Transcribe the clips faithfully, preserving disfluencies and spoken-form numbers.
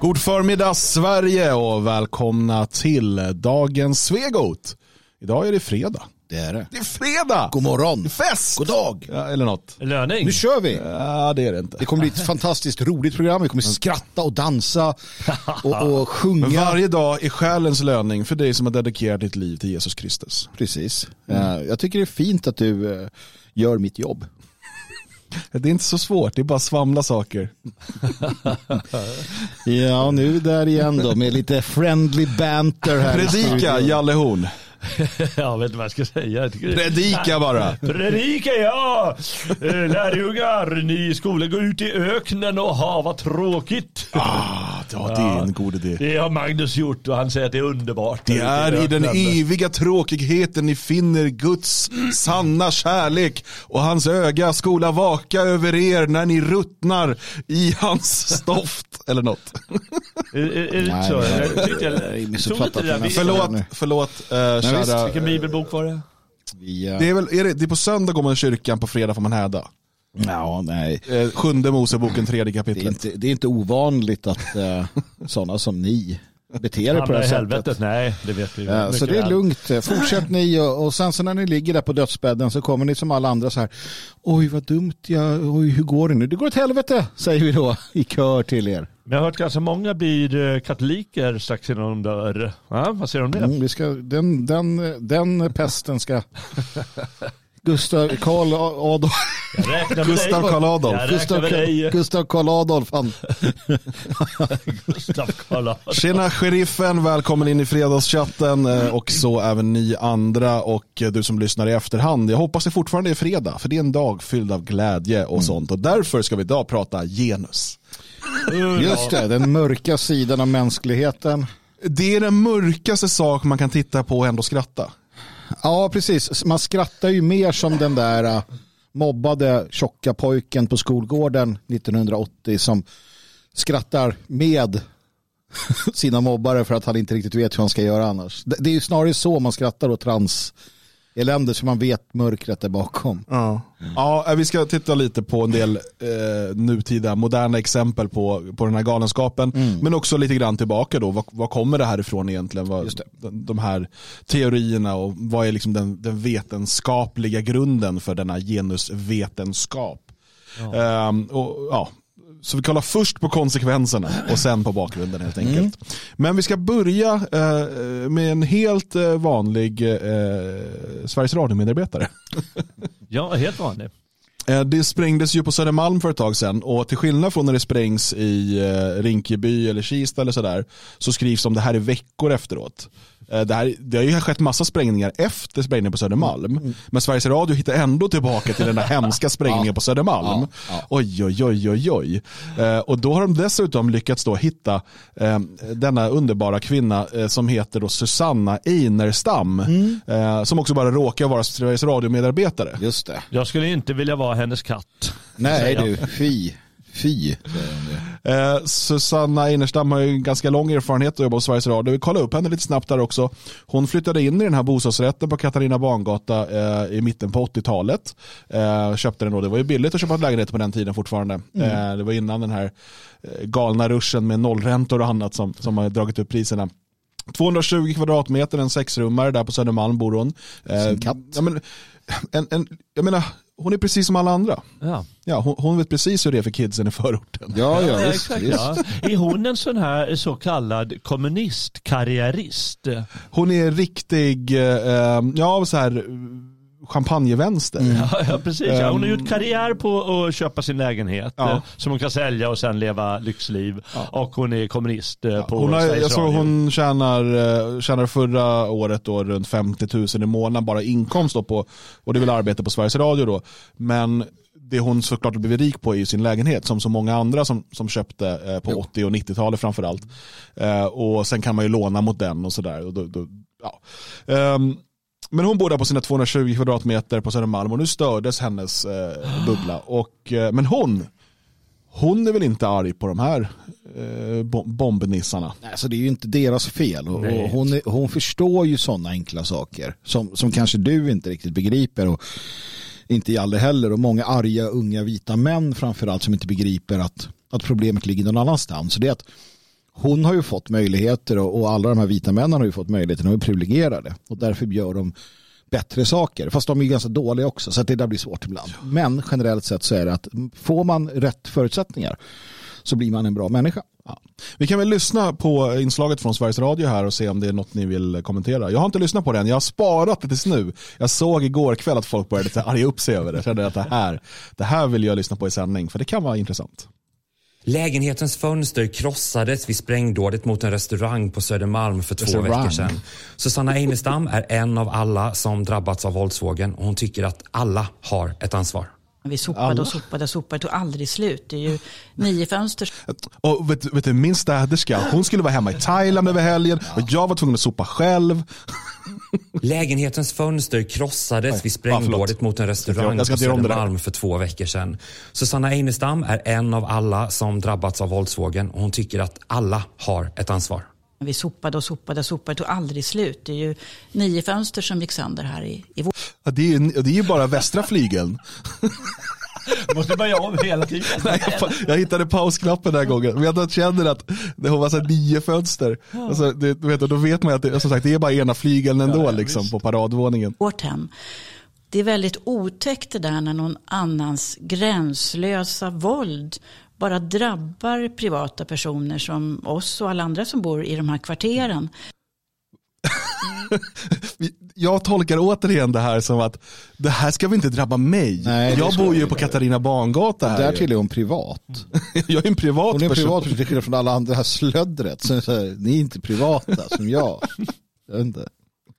God förmiddag Sverige och välkomna till dagens Svegot. Idag är det fredag. Det är det. Det är fredag! God morgon. Fest! God dag. Ja, eller något. Löning. Nu kör vi. Ja, det är det inte. Det kommer bli ett fantastiskt roligt program. Vi kommer skratta och dansa och, och sjunga. Men varje dag är själens löning för dig som har dedikerat ditt liv till Jesus Kristus. Precis. Mm. Jag tycker det är fint att du gör mitt jobb. Det är inte så svårt, det är bara svamla saker. Ja, nu där igen då med lite friendly banter här. Predika, Jalle Horn. Jag vet inte vad jag ska säga. Predika bara. Predika, ja. Lärjungar, ni i skolan går ut i öknen och ha vad tråkigt. Ah, ja, det är en god idé. Det har Magnus gjort och han säger att det är underbart. Det är i den eviga tråkigheten ni finner Guds sanna kärlek och hans öga skola vaka över er när ni ruttnar i hans stoft eller något. Är, är, är det nej, så? Nej, jag tyckte jag, jag missuppfattat jag, jag, förlåt, förlåt. Uh, kära, vilken bibelbok var det? Ja. Det är väl är det, det är på söndag går man i kyrkan, på fredag får man häda. Ja, nej. Uh, sjunde Moseboken, tredje kapitlet. Det är inte, det är inte ovanligt att uh, sådana som ni beter er på det här helvetet. sättet. Nej, det vet vi. Ja, så det är lugnt. Fortsätt ni och, och sen så när ni ligger där på dödsbädden så kommer ni som alla andra så här: oj vad dumt, jag, oj, hur går det nu? Det går åt helvete, säger vi då i kör till er. Men jag har hört ganska många blir katoliker strax innan de dör. Ja, vad säger du om det? Mm, vi ska, den, den, den pesten ska Gustav Karl Adolf Gustav Karl Adolf Gustav, Gustav Karl Adolf han. Gustav Karl Adolf. Tjena sheriffen, välkommen in i fredagschatten och så även ni andra och du som lyssnar i efterhand. Jag hoppas det fortfarande är fredag för det är en dag fylld av glädje och mm. sånt och därför ska vi idag prata genus. Just det, den mörka sidan av mänskligheten. Det är den mörkaste sak man kan titta på och ändå skratta. Ja, precis. Man skrattar ju mer som den där mobbade tjocka pojken på skolgården nittonhundraåttio som skrattar med sina mobbare för att han inte riktigt vet hur han ska göra annars. Det är ju snarare så man skrattar åt trans elände så man vet mörkret är bakom. Ja, mm. ja vi ska titta lite på en del eh, nutida moderna exempel på, på den här galenskapen. Mm. Men också lite grann tillbaka då. Vad, vad kommer det här ifrån egentligen? Vad, de, de här teorierna och vad är liksom den, den vetenskapliga grunden för denna genusvetenskap? Ja. Um, och, ja. Så vi kollar först på konsekvenserna och sen på bakgrunden helt enkelt. Mm. Men vi ska börja eh, med en helt eh, vanlig eh, Sveriges Radio-medarbetare. Ja, helt vanlig. Eh, det sprängdes ju på Södermalm för ett tag sedan och till skillnad från när det sprängs i eh, Rinkeby eller Kista eller sådär så skrivs om det här i veckor efteråt. Det, här, det har ju skett massa sprängningar efter sprängningen på Södermalm. Mm. Men Sveriges Radio hittar ändå tillbaka till den där hemska sprängningen ja. på Södermalm. Ja. Ja. Oj, oj, oj, oj, oj. Eh, och då har de dessutom lyckats då hitta eh, denna underbara kvinna eh, som heter då Susanna Einerstam. Mm. Eh, som också bara råkar vara Sveriges Radio-medarbetare. Just det. Jag skulle inte vilja vara hennes katt. Nej du, fy. Fy. Eh, Susanna Einerstam har ju en ganska lång erfarenhet att jobba på Sveriges Radio. Vi kollar upp henne lite snabbt där också. Hon flyttade in i den här bostadsrätten på Katarina Bangata eh, i mitten på åttiotalet. Eh, köpte den då. Det var ju billigt att köpa en lägenhet på den tiden fortfarande. Mm. Eh, det var innan den här eh, galna ruschen med nollräntor och annat som, som har dragit upp priserna. tvåhundratjugo kvadratmeter, en sexrummare där på Södermalm bor hon. Eh, Sin katt. Ja, men, en, en, jag menar, hon är precis som alla andra. Ja. Ja, hon, hon vet precis hur det är för kidsen i förorten. Ja, ja, ja, visst, exakt, visst. ja. Är hon en sån här så kallad kommunistkarriärist? Hon är riktig, eh, ja så här champagnevänster. Mm. Ja, ja, precis. Ja. Hon har gjort karriär på att köpa sin lägenhet ja. eh, som hon kan sälja och sen leva lyxliv. Ja. Och hon är kommunist eh, på hon har, Sveriges jag såg Radio. Hon tjänar, tjänar förra året då runt femtio tusen i månaden bara inkomst då på, och det vill arbeta på Sveriges Radio då. Men det hon såklart blivit rik på är sin lägenhet som så många andra som, som köpte eh, på jo. åttio- och nittiotalet framförallt. Eh, och sen kan man ju låna mot den och sådär. Och då, då, ja. Um, Men hon bor där på sina tvåhundratjugo kvadratmeter på Södermalm och nu stördes hennes eh, bubbla. Och, eh, men hon, hon är väl inte arg på de här eh, bombnissarna? Nej, så det är ju inte deras fel. Och, och hon, är, hon förstår ju sådana enkla saker som, som kanske du inte riktigt begriper och inte Jalle heller. Och många arga unga vita män framförallt som inte begriper att, att problemet ligger någon annanstans. Så det är att hon har ju fått möjligheter och, och alla de här vita männen har ju fått möjligheter. De är privilegierade och därför gör de bättre saker. Fast de är ganska dåliga också så att det där blir svårt ibland. Men generellt sett så är det att får man rätt förutsättningar så blir man en bra människa. Ja. Vi kan väl lyssna på inslaget från Sveriges Radio här och se om det är något ni vill kommentera. Jag har inte lyssnat på den, jag har sparat det tills nu. Jag såg igår kväll att folk började arga upp sig över det. Jag kände att det här, det här vill jag lyssna på i sändning för det kan vara intressant. Lägenhetens fönster krossades vid sprängdådet mot en restaurang på Södermalm för två Restaurang. veckor sedan. Susanna Einestam är en av alla som drabbats av våldsvågen och hon tycker att alla har ett ansvar. Vi sopade och sopade och sopade, det tog aldrig slut. Det är ju nio fönster. Och vet, vet du, min städerska, hon skulle vara hemma i Thailand över helgen och jag var tvungen att sopa själv. Lägenhetens fönster krossades Nej. vid sprängdådet ah, mot en restaurang jag ska på Södermalm det för två veckor sedan. Susanna Einestam är en av alla som drabbats av våldsvågen och hon tycker att alla har ett ansvar. Vi sopade och sopade och sopade, det tog aldrig slut. Det är ju nio fönster som gick sönder här i, i vår. Ja, det, är, det är ju bara västra flygeln. Måste börja om hela tiden. Nej, jag, jag hittade pausknappen den här gången. Men jag känner att det har varit så nio fönster. Ja. Alltså, det, du vet, då vet man att det, som sagt, det är bara ena flygeln ändå ja, ja, liksom, på paradvåningen. Vårt hem. Det är väldigt otäckt det där när någon annans gränslösa våld bara drabbar privata personer som oss och alla andra som bor i de här kvarteren. Jag tolkar återigen det här som att det här ska vi inte drabba mig. Nej, jag bor ju på Katarina Bangata här. Där till är hon privat. Jag är en privat hon är en person. privat person till skillnad från alla andra här slöddret. Så, så, ni är inte privata som jag. Jag vet inte.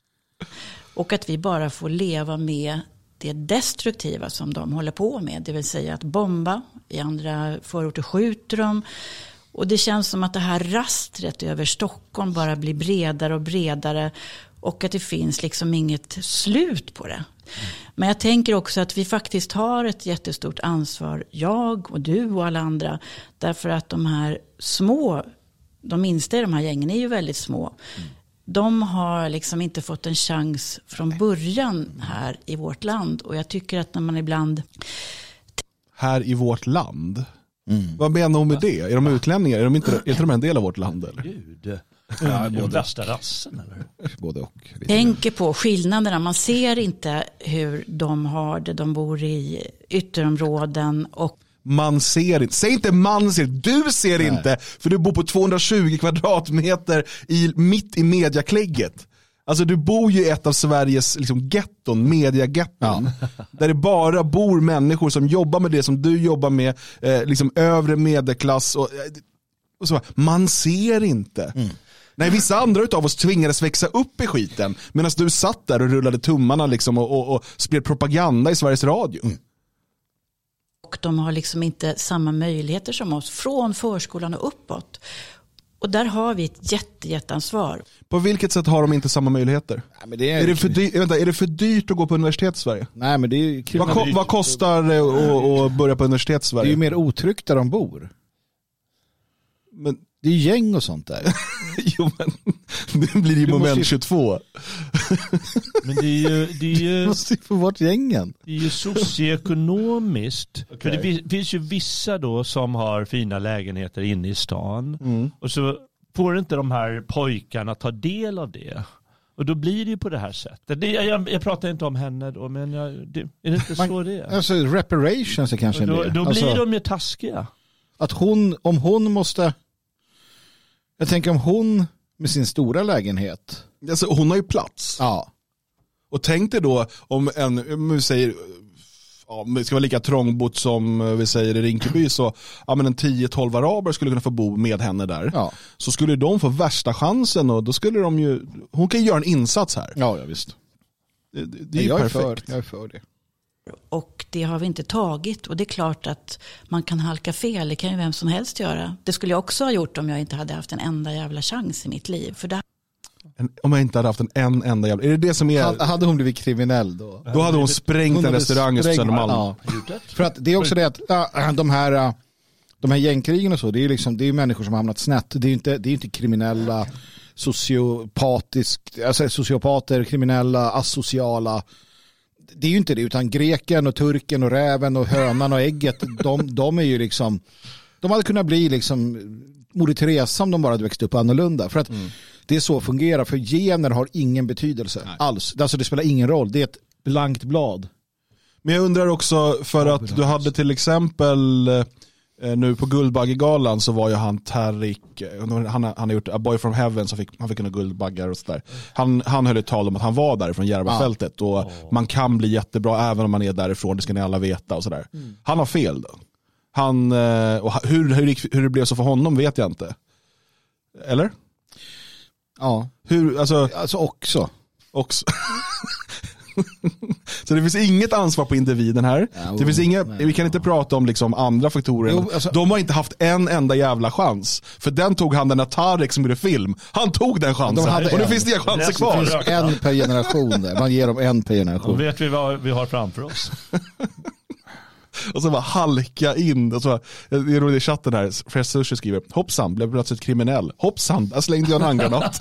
Och att vi bara får leva med det destruktiva som de håller på med. Det vill säga att bomba, i andra förorter skjuter de. Och det känns som att det här rastret över Stockholm bara blir bredare och bredare. Och att det finns liksom inget slut på det. Mm. Men jag tänker också att vi faktiskt har ett jättestort ansvar. Jag och du och alla andra. Därför att de här små, de minsta i de här gängen är ju väldigt små. Mm. De har liksom inte fått en chans från början här i vårt land. Och jag tycker att när man ibland... Här i vårt land? Mm. Vad menar de med det? Är de utlänningar? Är de inte, är inte de en del av vårt land? Eller? Gud. Ja, både värsta rassen eller? Både och. Tänker på skillnaderna. Man ser inte hur de har det. De bor i ytterområden och man ser inte. Säg inte man ser. Du ser Nej. inte. För du bor på tvåhundratjugo kvadratmeter i, mitt i mediaklägget. Alltså du bor ju i ett av Sveriges liksom, getton, mediagetton. Ja. Där det bara bor människor som jobbar med det som du jobbar med. Eh, liksom övre medelklass. Och, och så. Man ser inte. Mm. Nej, vissa andra utav oss tvingades växa upp i skiten. Medan du satt där och rullade tummarna liksom, och, och, och spred propaganda i Sveriges Radio. Mm. Och de har liksom inte samma möjligheter som oss från förskolan och uppåt. Och där har vi ett jätte, jätteansvar. På vilket sätt har de inte samma möjligheter? Nej, men det är... Är, det för dyrt, vänta, är det för dyrt att gå på universitet i Sverige? Nej, men det är... Vad, ko- vad kostar det att, att börja på universitet i Sverige? Det är ju mer otryggt där de bor. Men... Det är gäng och sånt där. Jo, men det blir ju moment måste... tjugotvå. Men det är ju... Det är ju... Du måste ju få bort gängen. Det är ju socioekonomiskt. Okay. För det finns ju vissa då som har fina lägenheter inne i stan. Mm. Och så får inte de här pojkarna ta del av det. Och då blir det ju på det här sättet. Det, jag, jag pratar inte om henne då, men jag, det, är det inte Man, så det är? Alltså reparations är kanske då, det. Då alltså, blir de ju taskiga. Att hon, om hon måste... Jag tänker om hon med sin stora lägenhet. Alltså, hon har ju plats. Ja. Och tänk dig då om en, vi säger, ja, det ska vara lika trångbott som vi säger i Rinkeby, så ja, men en tio tolv araber skulle kunna få bo med henne där. Ja. Så skulle de få värsta chansen och då skulle de ju, hon kan ju göra en insats här. Ja, ja visst. Det, det, det är ju jag perfekt. Är för, jag är för det. Och det har vi inte tagit. Och det är klart att man kan halka fel. Det kan ju vem som helst göra. Det skulle jag också ha gjort om jag inte hade haft en enda jävla chans i mitt liv. För där... en, om jag inte hade haft en, en enda jävla... Är det det som är... Hade hon blivit kriminell då? Då hade hon sprängt hon en restaurang i Södermalm. Ja. För att det är också det att äh, de här... De här gängkrigen och så, det är ju liksom, det är människor som har hamnat snett. Det är ju inte, det är inte kriminella, sociopatisk, alltså sociopater, kriminella, asociala. Det är ju inte det, utan greken och turken och räven och hönan och ägget, de, de är ju liksom, de hade kunnat bli liksom Moder Teresa om de bara hade växt upp annorlunda. För att mm. det är så fungerar. För gener har ingen betydelse Nej. alls. Alltså det spelar ingen roll. Det är ett blankt blad. Men jag undrar också för ja, att du hade till exempel eh, nu på Guldbaggegalan så var ju han Tarik, han, han har gjort A Boy from Heaven så fick, han fick några guldbaggar och sådär. Han, han höll ett tal om att han var där från Järvafältet ja. och oh. man kan bli jättebra även om man är därifrån, det ska ni alla veta och sådär. Mm. Han har fel då. Han, och hur, hur, hur det blev så för honom vet jag inte. Eller? Ja. Hur, alltså, alltså också. Också. Så det finns inget ansvar på individen här. Ja, det finns inga, nej, vi kan inte prata om liksom andra faktorer. Jo, alltså, de har inte haft en enda jävla chans. För den tog han den här Tarek som gjorde film. Han tog den chansen. De och nu en. finns det inga chanser kvar. Det finns en per generation där. Man ger dem en per generation. Då vet vi vad vi har framför oss. Och så bara halka in. Och så, det är roligt i chatten här. Fresh Sushi skriver, hoppsan, blev plötsligt kriminell. Hoppsan, jag slängde jag en handgranat.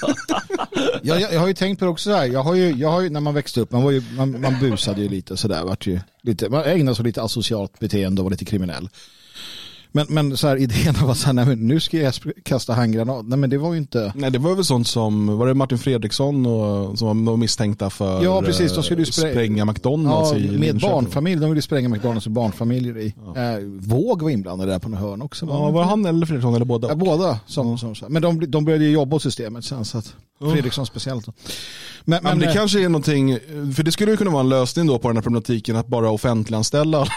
jag, jag, jag har ju tänkt på det också så här. Jag har ju, jag har ju när man växte upp, man, var ju, man, man busade ju lite sådär. Vart ju lite, man ägnade sig lite asocialt beteende och var lite kriminell. Men, men så här, idén var så här, nej, men nu ska jag kasta handgranat. Nej men det var ju inte... Nej det var väl sånt som, var det Martin Fredriksson och, som var misstänkta för ja, precis, de skulle ju sprä... spränga McDonalds ja, i med Linköping. Barnfamilj, de ville spränga McDonalds och barnfamiljer i. Ja. Eh, Våg var inblandad där på någon hörn också. Ja, var han eller Fredriksson eller båda? Ja, båda. Som, mm. som, som, men de, de började ju jobba hos systemet sen så att Fredriksson speciellt. Men, men, men det äh... kanske är någonting, för det skulle ju kunna vara en lösning då på den här problematiken att bara offentliganställa.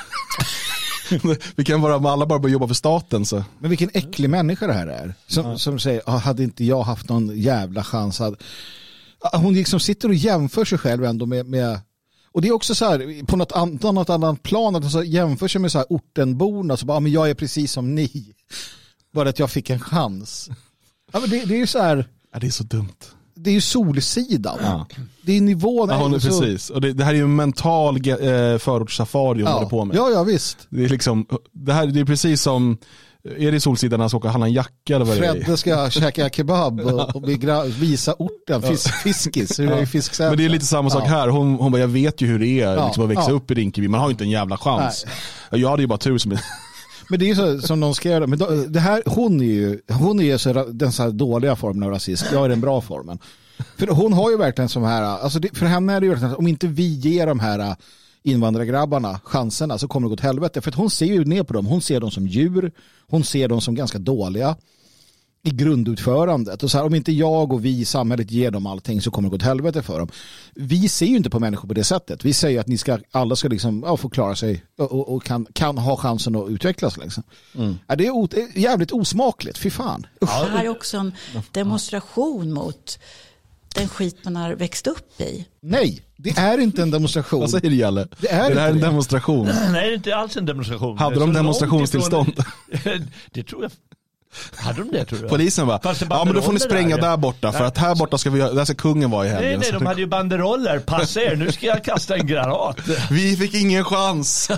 Vi kan bara, alla bara börja jobba för staten så. Men vilken äcklig människa det här är. Som, ja. som säger, hade inte jag haft någon jävla chans att... Hon liksom sitter och jämför sig själv ändå med... med och det är också så här, på något, an, något annat plan, att hon jämför sig med så här ortenborna. Så bara, ja, men jag är precis som ni. Bara att jag fick en chans. Ja, men det, det är ju så här... Ja, det är så dumt. Det är ju solsidan. Ja. Det är nivån. Ja, hon är så... precis. Och det, det här är ju en mental eh, förortssafari hon ja. håller på med. Ja, ja, visst. Det är liksom, det här det är precis som, är det solsidan när han ska åka handla en jacka eller vad det är? Fredde ska käka kebab och, och gra- visa orten, Fis, fiskis, hur ja. är fisksäten. Men det är lite samma sak ja. här. Hon, hon bara, jag vet ju hur det är ja. liksom, att växa ja. upp i Rinkeby. Man har ju inte en jävla chans. Nej. Jag hade ju bara tur som... Men det är ju så som någon skrev, men då, det här, hon är ju, hon är ju så, den så här dåliga formen av rasism. Jag är den bra formen. För hon har ju verkligen som här, alltså det, för henne är det ju verkligen, om inte vi ger de här invandrargrabbarna chanserna så kommer det gå till helvete. För att hon ser ju ner på dem, hon ser dem som djur, hon ser dem som ganska dåliga i grundutförandet. Och så här, om inte jag och vi i samhället ger dem allting så kommer det gå till helvete för dem. Vi ser ju inte på människor på det sättet. Vi säger att ni ska, alla ska liksom, ja, få klara sig och, och, och kan, kan ha chansen att utvecklas. Liksom. Mm. Ja, det är o, jävligt osmakligt, fy fan. Det här är också en demonstration mot den skit man har växt upp i. Nej, det är inte en demonstration. Vad säger du, Jalle? Det är, det är en demonstration. Nej, det är inte alls en demonstration. Hade de demonstrationstillstånd? Det tror jag. Hade de det, tror jag? Polisen bara, ja men då får ni spränga där, där borta. För att här borta ska vi, där ska kungen vara i helgen. Nej, nej, de hade ju banderoller. Passa er, nu ska jag kasta en granat. Vi fick ingen chans.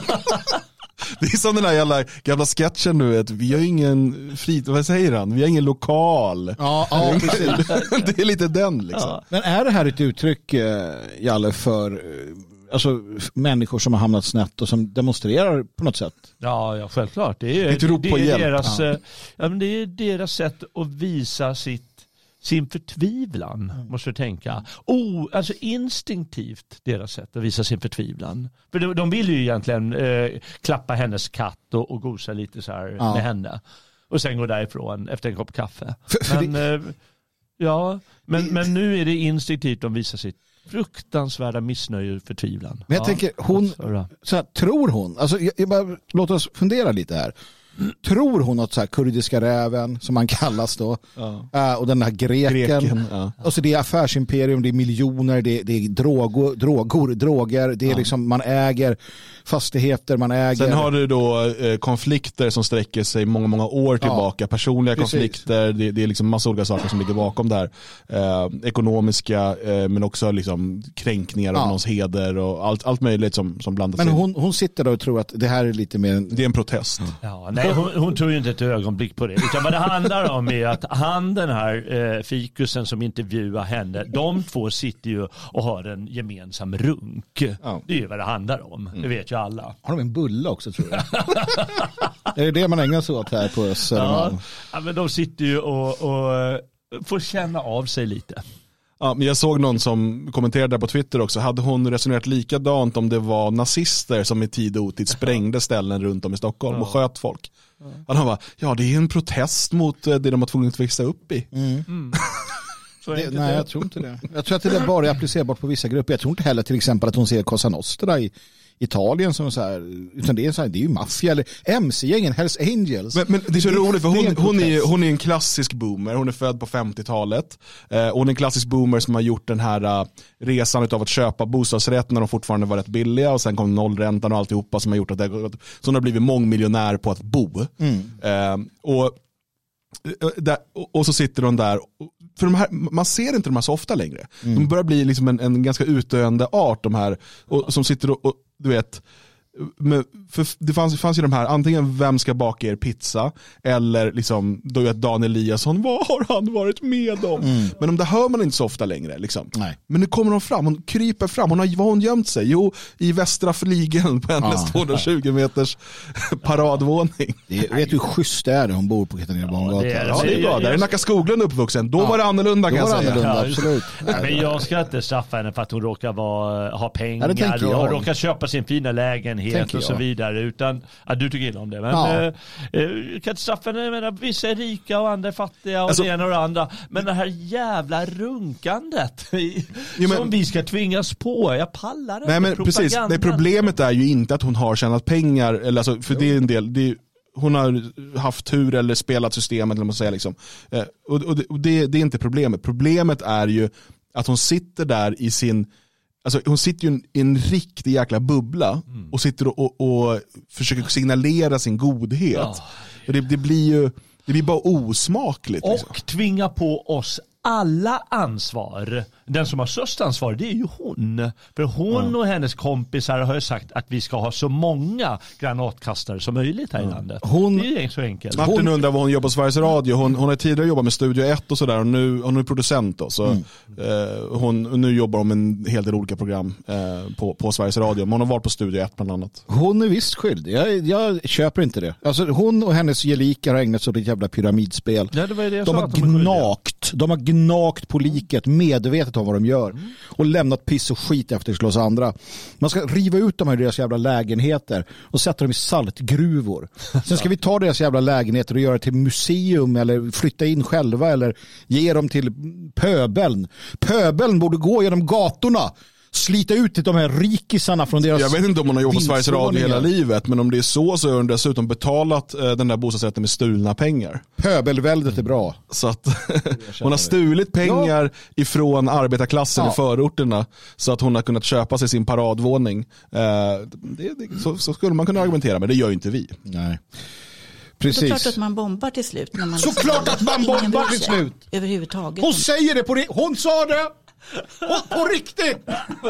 Det är som den här jävla gamla sketchen nu, att vi har ingen frit, vad säger han? Vi har ingen lokal. Ja, ja precis. Det är lite den liksom. Ja. Men är det här ett uttryck, Jalle, för alltså, människor som har hamnat snett och som demonstrerar på något sätt? Ja, ja självklart. Det är, ett rop det på är hjälp. Deras, Ja. Ja, men det är deras sätt att visa sitt sin förtvivlan, mm. måste du tänka. Oh, alltså instinktivt deras sätt att visa sin förtvivlan. För de, de vill ju egentligen eh, klappa hennes katt och, och gosa lite så här ja. med henne. Och sen gå därifrån efter en kopp kaffe. För, för men, det... eh, ja, men, det... men nu är det instinktivt de visar sitt fruktansvärda missnöje och förtvivlan. Men jag ja. tänker, hon, så här, tror hon, alltså jag, jag bara, låt oss fundera lite här. Tror hon att så här kurdiska räven som man kallas då ja. äh, och den här greken, greken ja. och så det är affärsimperium, det är miljoner, det är, det är droger, droger, droger det är ja. liksom man äger fastigheter, man äger. Sen har du då eh, konflikter som sträcker sig många, många år tillbaka, ja. personliga Precis. konflikter, det, det är liksom massa olika saker som ligger bakom där. Eh, ekonomiska eh, men också liksom kränkningar ja. av någons heder och allt, allt möjligt som, som blandas men in. Men hon, hon sitter då och tror att det här är lite mer en... Det är en protest. Ja. Nej, Nej, hon, hon tror ju inte ett ögonblick på det. Utan vad det handlar om är att han, den här eh, fikusen som intervjuar henne, de två sitter ju och har en gemensam runk. Ja. Det är ju vad det handlar om. Mm. Det vet ju alla. Har de en bulle också, tror jag? Är det det man ägnar sig åt här på Södermalm? Ja, ja, men de sitter ju och, och får känna av sig lite. Ja, men jag såg någon som kommenterade på Twitter också. Hade hon resonerat likadant om det var nazister som i tid och otid sprängde ställen runt om i Stockholm och sköt folk? Ja. Han bara, ja det är en protest mot det de har tvungit att växa upp i. Mm. Mm. det, nej, jag tror inte det. Jag tror att det bara är applicerbart på vissa grupper. Jag tror inte heller till exempel att hon ser Cosa Nostra i Italien som så här, utan det är, så här, det är ju maffia eller M C-gängen, Hells Angels. Men, men det är så det, roligt för hon, hon, är, hon är en klassisk boomer, hon är född på femtiotatalet. Eh, hon är en klassisk boomer som har gjort den här uh, resan av att köpa bostadsrätt när de fortfarande var rätt billiga och sen kom nollräntan och alltihopa som har gjort att det, så hon har blivit mångmiljonär på att bo. Mm. Eh, och, där, och, och så sitter hon där för de här, man ser inte de här så ofta längre. Mm. De börjar bli liksom en, en ganska utdöende art de här och, som sitter och, och du vet, men för det fanns, fanns ju de här, antingen vem ska baka er pizza eller liksom, då är Dan Eliasson, vad har han varit med om? Mm. Men om det hör man inte så ofta längre liksom. Nej. Men nu kommer hon fram, hon kryper fram, hon har, var hon gömt sig? Jo, i västra flygeln på hennes ah. tvåhundratjugo meters paradvåning. Det är, vet du hur schysst det är hon bor på Katarina-Bangatan? Ja, det är, ja, det är bra, där är Nacka Skoglund uppvuxen. Då ja. var det annorlunda kan jag säga. Annorlunda, ja, absolut. Men jag ska inte straffa henne för att hon råkar vara, ha pengar ja, och råkar köpa sin fina lägenhet och så vidare, utan ja, du tycker illa om det, men ja. eh, kan inte straffa henne, jag menar, vissa är rika och andra är fattiga och alltså, det ena och det andra, men det här jävla runkandet jo, men, som vi ska tvingas på, jag pallar det. Nej men precis, det problemet är ju inte att hon har tjänat pengar, eller alltså, för jo. det är en del, det är, hon har haft tur eller spelat systemet eller man säger liksom. Eh, och, och, det, och det, det är inte problemet. Problemet är ju att hon sitter där i sin, alltså hon sitter ju i en riktig jäkla bubbla mm. och sitter och, och, och försöker signalera sin godhet. Ja. Och det, det blir ju, det blir bara osmakligt. Och liksom. Tvinga på oss alla ansvar. Den som har störst ansvar, det är ju hon. För hon ja. och hennes kompisar har ju sagt att vi ska ha så många granatkastare som möjligt här ja. i landet. Hon, det är så enkelt. Martin hon, undrar vad hon jobbar på Sveriges Radio. Hon, hon har tidigare jobbat med Studio ett och sådär. Och nu, hon är producent då. Så, mm. eh, hon, nu jobbar hon med en hel del olika program eh, på, på Sveriges Radio. Men hon har varit på Studio ett bland annat. Hon är visst skyldig. Jag, jag köper inte det. Alltså, hon och hennes gelikar har ägnat sig åt ett jävla pyramidspel. Ja, det var det jag de, sa har gnakt, de har gnakt på liket medvetet om vad de gör. Mm. Och lämnat piss och skit efter att slås andra. Man ska riva ut de här deras jävla lägenheter och sätta dem i saltgruvor. Sen ska vi ta deras jävla lägenheter och göra till museum eller flytta in själva eller ge dem till pöbeln. Pöbeln borde gå genom gatorna. Slita ut de här rikisarna från deras... Jag vet inte om hon har jobbat på Sveriges Radio hela livet, men om det är så så har hon dessutom betalat eh, den där bostadsrätten med stulna pengar. Pöbelväldet är bra. Så att hon har stulit pengar ja. ifrån arbetarklassen ja. i förorterna så att hon har kunnat köpa sig sin paradvåning. Eh, det, det, så, så skulle man kunna argumentera, men det gör ju inte vi. Nej. Precis. Det är klart att man bombar till slut. När man så klart att man bombar till slut! Överhuvudtaget. Hon säger det på det. Hon sa det! På, på riktigt!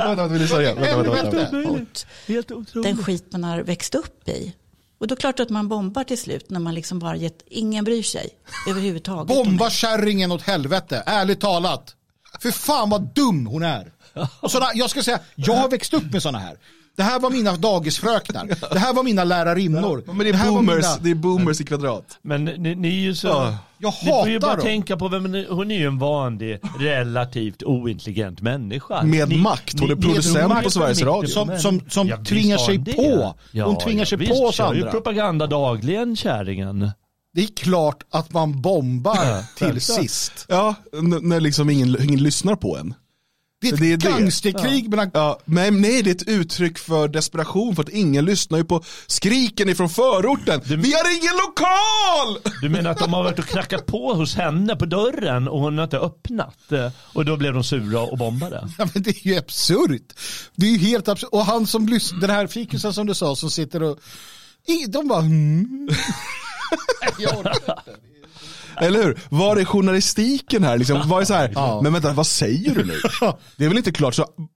Helt otroligt. Den skit man har växt upp i. Och då är klart att man bombar till slut när man liksom bara gett, ingen bryr sig överhuvudtaget. Bomba kärringen åt helvete, ärligt talat. För fan vad dum hon är. Och sådana, jag ska säga, jag har växt upp med sådana här. Det här var mina dagisfröknar. Det här var mina lärarinnor. Ja, men det är, det boomers, mina... det är boomers i kvadrat. Men ni, ni är ju så... Ja. Jag hatar ni får ju bara dem. tänka på vem ni, hon är ju en vanlig, relativt ointelligent människa. Med ni, makt. Hon är producent på Sveriges Radio. Som, som, som ja, tvingar sig det. på. Ja, hon tvingar ja, sig visst, på oss andra. Ju propaganda dagligen, kärringen. Det är klart att man bombar till sist. Ja, n- när liksom ingen, ingen lyssnar på en. Det är ett det är gangsterkrig. Ja. Mellan... Ja, men nej, det är ett uttryck för desperation för att ingen lyssnar ju på skriken ifrån förorten. Du... Vi har ingen lokal! Du menar att de har varit och knackat på hos henne på dörren och hon har inte öppnat och då blev de sura och bombade? Ja, men det är ju absurt. Det är ju helt absurt. Och han som lyssnar, den här fikusen som du sa som sitter och de bara mm. Jag orkar inte. Eller hur? Var är journalistiken här? Liksom, var är så här, ja. Men vänta, vad säger du nu? Det är väl inte klart så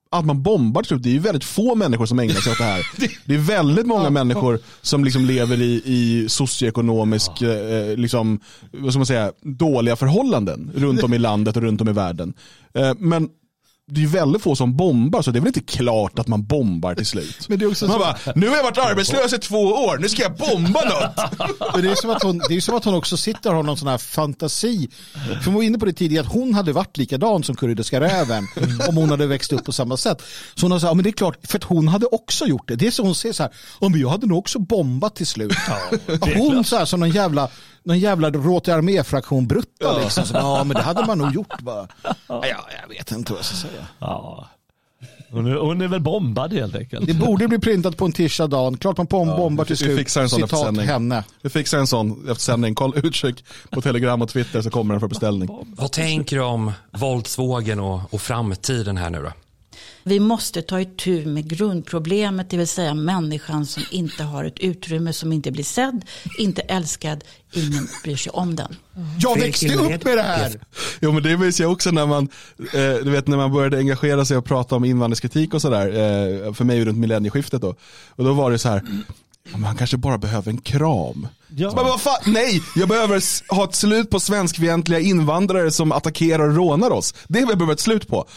att man bombar till slut. Det är ju väldigt få människor som ägnar sig åt det här. Det är väldigt många människor som liksom lever i, i socioekonomisk eh, liksom, vad ska man säga, dåliga förhållanden runt om i landet och runt om i världen. Eh, men det är ju väldigt få som bombar, så det är väl inte klart att man bombar till slut. Men det är också man så... bara, nu har jag varit arbetslös i två år, nu ska jag bomba något. Men det är som att hon, det är som att hon också sitter och har någon sån här fantasi. För hon var inne på det tidigare att hon hade varit likadan som Kurdiska räven om hon hade växt upp på samma sätt. Så hon har sagt, ja, men det är klart, för att hon hade också gjort det. Det är så hon säger så här, ja, men jag hade nog också bombat till slut. Ja, hon så här som någon jävla någon jävla Råte arméfraktion brutta ja. Liksom. Så, ja, men det hade man nog gjort bara. Ja, jag vet inte vad jag ska säga. Ja. Hon är, hon är väl bombad helt enkelt. Det borde bli printat på en tisha dagen. Klart man bombar till slut. Vi fixar en sån Citat eftersändning. Henne. Vi fixar en sån eftersändning. Koll utkik på Telegram och Twitter så kommer den för beställning. Vad tänker du om våldsvågen och, och framtiden här nu då? Vi måste ta itu med grundproblemet, det vill säga människan som inte har ett utrymme, som inte blir sedd, inte älskad, ingen bryr sig om den. Jag växte upp med det här! Jo, men det visar jag också när man, eh, du vet, när man började engagera sig och prata om invandringskritik och sådär, eh, för mig runt millennieskiftet då. Och då var det så här, man kanske bara behöver en kram. Ja. Så bara, vad fan? Nej, jag behöver ha ett slut på svenskfientliga invandrare som attackerar och rånar oss. Det behöver jag behöver ett slut på.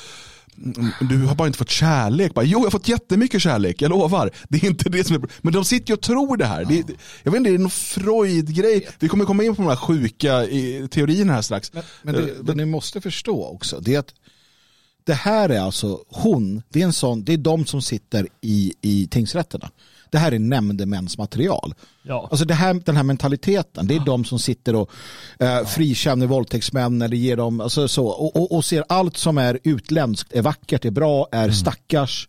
Du har bara inte fått kärlek. Bara, jo, jag har fått jättemycket kärlek, jag lovar. Det är inte det som är... Men de sitter ju och tror det här. Ja. Det, jag vet inte, det är någon Freud-grej. Vi kommer komma in på de här sjuka teorierna här strax. Men, men det, det ni måste förstå också, det är att det här är alltså hon, det är en sån, det är de som sitter i, i tingsrätterna. Det här är nämndemäns material. Ja. Alltså det här, den här mentaliteten, det är ja. de som sitter och eh, frikänner våldtäktsmän eller ger dem, alltså så, och, och, och ser allt som är utländskt, är vackert, är bra, är mm. stackars,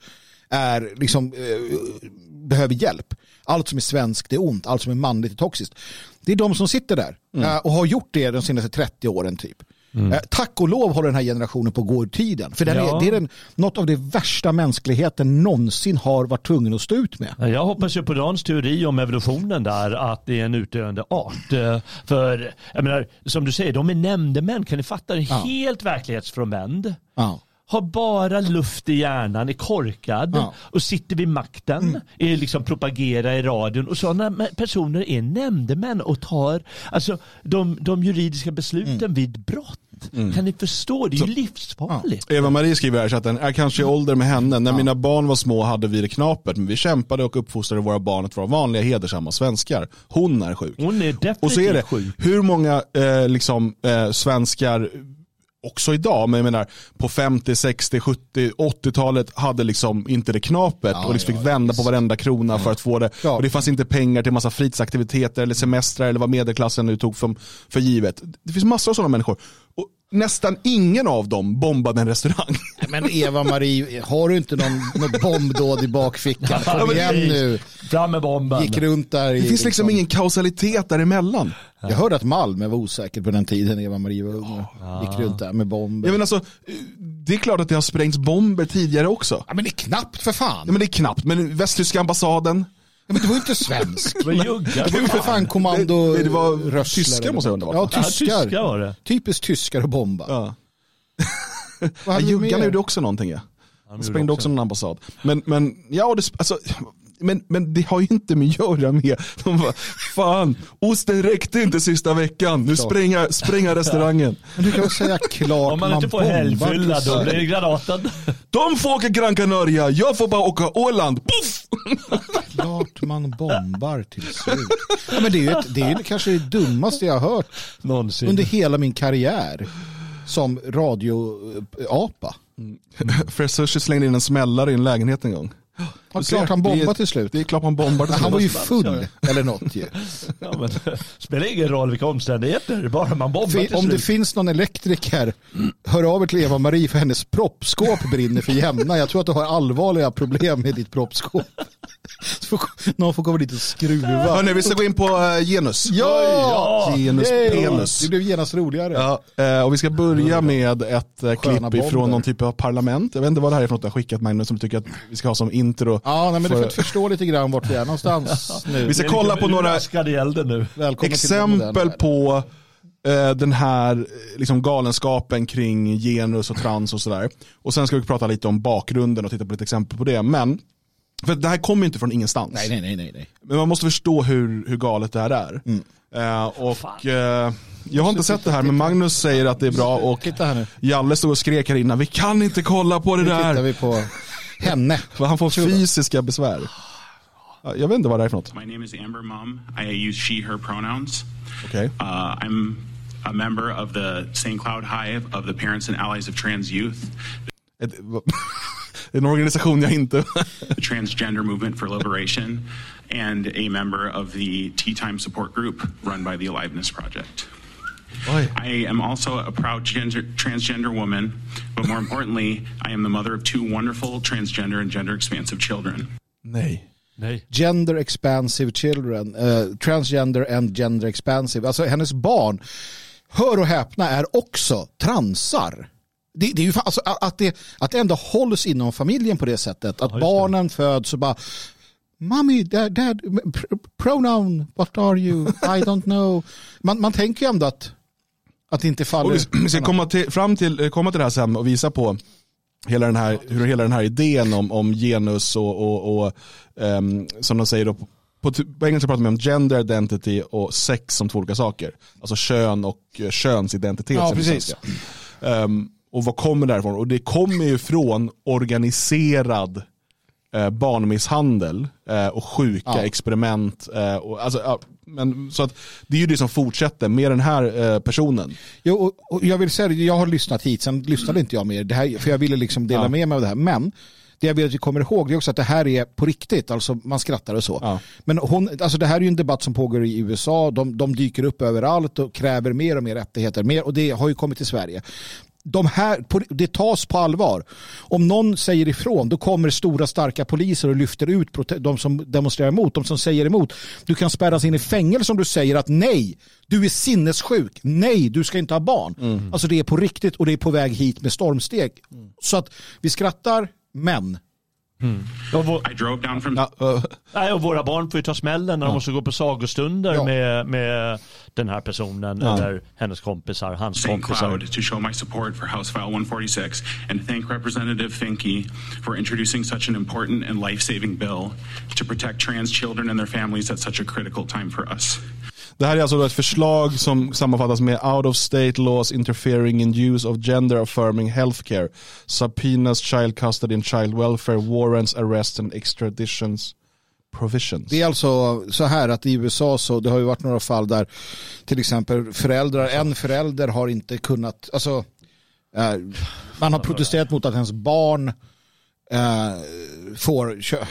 är liksom eh, behöver hjälp. Allt som är svenskt är ont, allt som är manligt är toxiskt. Det är de som sitter där mm. eh, och har gjort det de senaste trettio åren typ. Mm. Eh, tack och lov håller den här generationen på att gå ur tiden. För den ja. är, det är den, något av det värsta mänskligheten någonsin har varit tvungen att stå ut med. Jag hoppas ju på Dans teori om evolutionen där, att det är en utdöende art. För, jag menar, som du säger, de är nämndemän. Kan ni fatta det? Ja. Helt verklighetsfrånvänd. Ja. Har bara luft i hjärnan, är korkad ja. och sitter vid makten, mm. är liksom propagerar i radion, och sådana personer är nämndemän och tar alltså de, de juridiska besluten mm. vid brott. Mm. Kan ni förstå? Det är ju så, livsfarligt. Ja. Eva-Marie skriver här så att den är kanske i ålder med henne. När ja. mina barn var små hade vi det knapert, men vi kämpade och uppfostrade våra barn att vara vanliga hedersamma svenskar. Hon är sjuk. Hon är definitivt och så är det, sjuk. Hur många eh, liksom, eh, svenskar också idag, men jag menar på femtio, sextio, sjuttio, åttio-talet hade liksom inte det knapet ja, och liksom fick ja, vända på varenda krona för att få det. Ja. Och det fanns inte pengar till massa fritidsaktiviteter eller semestrar eller vad medelklassen nu tog för, för givet. Det finns massor av sådana människor. Och nästan ingen av dem bombade en restaurang. Men Eva-Marie, har du inte någon, någon bombdåd i bakfickan? Kom igen nu. Fram med bomben. Gick runt där. I, det finns liksom, liksom ingen kausalitet däremellan. Jag hörde att Malmö var osäker på den tiden Eva-Marie var ung. Oh, gick runt där med bomber. Ja, men alltså, det är klart att det har sprängts bomber tidigare också. Ja, men det är knappt för fan. Ja, men det är knappt. Men västtyska ambassaden. Ja, men det var ju inte svensk. Det var ju för fan kommando. Det, det var tyskar måste jag undra. Ja, tyskar. Ja, tyskar var det. Typiskt tyskar och bomba. Ja. Ja, Juggarna gjorde också någonting. Ja. De sprängde också någon ambassad. Men, men ja, det, alltså, men, men det har ju inte med att göra med. De bara, fan, osten räckte inte sista veckan. Nu spränger, spränger restaurangen. Men du kan väl säga klart. Om man, man inte får helgfylla då blir det granaten. De får åka Gran Canaria, jag får bara åka Åland. Puff! Klart man bombar till slut. Ja, men det är ju, ett, det är ju kanske det dummaste jag har hört någonsin under hela min karriär som radioapa. Mm. Fred slängde in en smällare i en lägenhet en gång. Ja, klart han bombade till slut. Det är klart han bombade. Han var ju full eller något ju. Ja, men spelar ingen roll vilka omständigheter, bara man bombar till Om slut. det finns någon elektriker, hör av er till Eva-Marie för hennes proppskåp brinner för jämna. Jag tror att du har allvarliga problem med ditt proppskåp. Så någon får komma dit och skruva. Hörrni, vi ska gå in på uh, genus. Ja! ja! Genus Yay! penis. Det blev genast roligare. Ja, uh, och vi ska börja med ett uh, klipp ifrån någon typ av parlament. Jag vet inte vad det här är för något jag har skickat mig, men som tycker att vi ska ha som intro. Ja, nej, men för... det är för att förstå lite grann vart vi är någonstans nu. Vi ska kolla på några nu. exempel på eh, den här liksom galenskapen kring genus och trans och sådär. Och sen ska vi prata lite om bakgrunden och titta på lite exempel på det. Men för det här kommer ju inte från ingenstans. Nej, nej, nej, nej, nej. Men man måste förstå hur, hur galet det här är. Mm. Eh, och eh, jag har inte sett det här, men Magnus säger att det är bra. Och Titta här nu. Jalle stod och skrek här innan, vi kan inte kolla på det Nu där. tittar vi på henne. För han får fysiska besvär. Jag vet inte vad det är för något. My name is Amber Mum. I use she, her pronouns. Okay. Uh, I'm a member of the Saint Cloud Hive of the Parents and Allies of Trans Youth. Ett, en organisation jag inte... The Transgender Movement for Liberation. And a member of the Tea Time Support Group run by the Aliveness Project. Oj. I am also a proud gender, transgender woman, but more importantly, I am the mother of two wonderful transgender and gender expansive children. Nej. Nej. Gender expansive children. Uh, transgender and gender expansive. Alltså hennes barn, hör och häpna, är också transar. Det, det är ju fa- alltså, att, det, att det ändå hålls inom familjen på det sättet. Att Ja, barnen föds och bara Mommy, dad, dad, pr- pronoun, what are you? I don't know. Man, man tänker ju ändå att, att det inte faller. Och vi, vi ska komma till, fram till, komma till det här sen och visa på hela den här, hur hela den här idén om, om genus och, och, och um, som de säger då, på, på, på engelska pratar man om gender identity och sex som två olika saker. Alltså kön och uh, könsidentitet. Ja, precis. Um, och vad kommer därifrån? Och det kommer ju från organiserad eh, barnmisshandel eh, och sjuka ja. experiment. Eh, och, alltså, ja, men, så att det är ju det som fortsätter med den här eh, personen. Jo, och, och jag vill säga, jag har lyssnat hit, sen lyssnade inte jag mer, det här, för jag ville liksom dela Ja. med mig av det här. Men det jag vill att vi kommer ihåg, det är också att det här är på riktigt, alltså man skrattar och så. Ja. Men hon, alltså det här är ju en debatt som pågår i U S A, de, de dyker upp överallt och kräver mer och mer rättigheter, mer, och det har ju kommit till Sverige. De här, det tas på allvar. Om någon säger ifrån, då kommer stora starka poliser och lyfter ut de som demonstrerar emot, de som säger emot. Du kan spärras in i fängelse om du säger att nej, du är sinnessjuk, nej, du ska inte ha barn. Mm. Alltså det är på riktigt och det är på väg hit med stormsteg. Mm. Så att vi skrattar, men Mm. Och, vår, I drove down from... Ja, uh, nej, och våra barn får ju ta smällen när Ja. de måste gå på sagostunder Ja. med, med den här personen Ja. eller hennes kompisar, hans Saint kompisar. Cloud to show my support for House File one forty-six and thank Representative Finke for introducing such an important and life-saving bill to protect trans children and their families at such a critical time for us. det här är alltså ett förslag som sammanfattas med out of state laws interfering in use of gender affirming healthcare, subpoenas, child custody and child welfare, warrants, arrests and extraditions provisions. det är alltså så här att i U S A så det har ju varit några fall där till exempel föräldrar, en förälder har inte kunnat, alltså eh, man har protesterat mot att ens barn eh, får kö-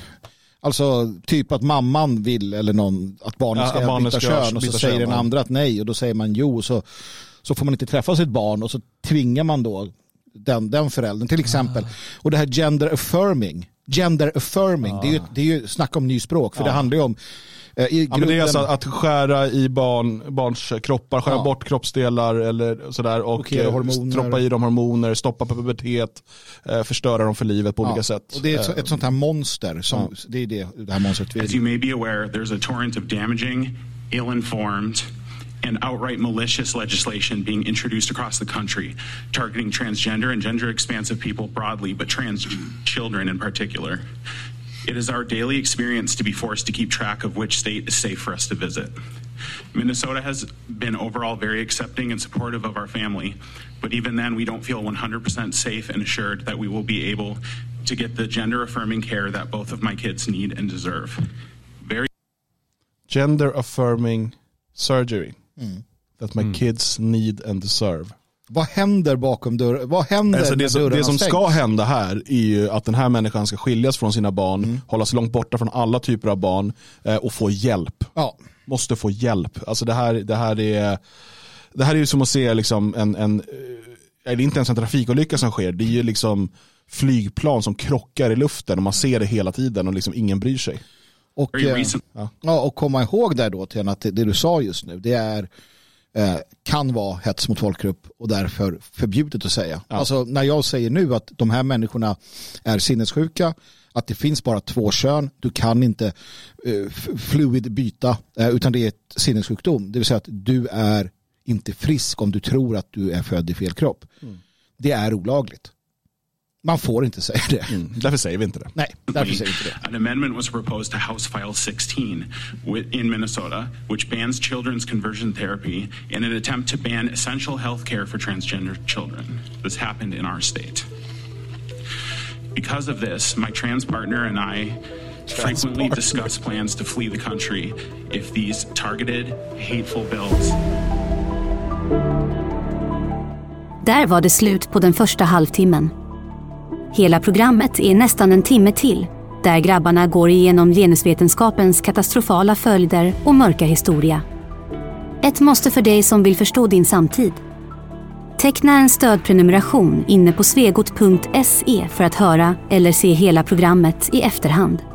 alltså typ att mamman vill eller någon att barnet ska Ja, barnet byta ska kön och så byta säger kön, den ja. andra att nej och då säger man jo och så, så får man inte träffa sitt barn och så tvingar man då den, den föräldern till exempel. Ah. Och det här gender affirming gender affirming, ah. det, är ju, det är ju snack om ny språk för ah. det handlar ju om eh, i ja, grunden... men det är alltså att skära i barn, barns kroppar, skära Ja. bort kroppsdelar eller sådär och Okej, hormoner. stoppa i dem hormoner, stoppa pubertet, eh, förstöra dem för livet på ja. olika sätt. Och det är ett, ett sånt här monster som, ja. det är det, det här monstret As you may be aware, there's a torrent of damaging, ill-informed, and outright malicious legislation being introduced across the country, targeting transgender and gender-expansive people broadly, but trans children in particular. It is our daily experience to be forced to keep track of which state is safe for us to visit. Minnesota has been overall very accepting and supportive of our family, but even then we don't feel one hundred percent safe and assured that we will be able to get the gender-affirming care that both of my kids need and deserve. Very Gender affirming surgery mm. that my mm. kids need and deserve. Vad händer bakom dörren? Vad händer alltså det när som, dörren det som stängs? ska hända här är ju att den här människan ska skiljas från sina barn, mm. hålla sig långt borta från alla typer av barn eh, och få hjälp. Ja. Måste få hjälp. Alltså det här, det här är det här är ju som att se liksom en, en det är inte ens en trafikolycka som sker. Det är ju liksom flygplan som krockar i luften och man ser det hela tiden och liksom ingen bryr sig. Och, eh, ja. Ja, och komma ihåg där då till att det, det du sa just nu, det är eh, kan vara hets mot folkgrupp och därför förbjudet att säga. Ja. Alltså när jag säger nu att de här människorna är sinnessjuka, att det finns bara två kön, du kan inte eh, fluid byta, eh, utan det är ett sinnessjukdom. Det vill säga att du är inte frisk om du tror att du är född i fel kropp. Mm. Det är olagligt. Man får inte säga det. Mm. Därför säger vi inte det. Nej, därför säger vi inte det. An amendment was proposed to House File sixteen in Minnesota, which bans children's conversion therapy in an attempt to ban essential health care for transgender children. This happened in our state. Because of this, my trans partner and I frequently discuss plans to flee the country if these targeted, hateful bills. Där var det slut på den första halvtimmen. Hela programmet är nästan en timme till, där grabbarna går igenom genusvetenskapens katastrofala följder och mörka historia. Ett måste för dig som vill förstå din samtid. Teckna en stödprenumeration inne på svegot punkt se för att höra eller se hela programmet i efterhand.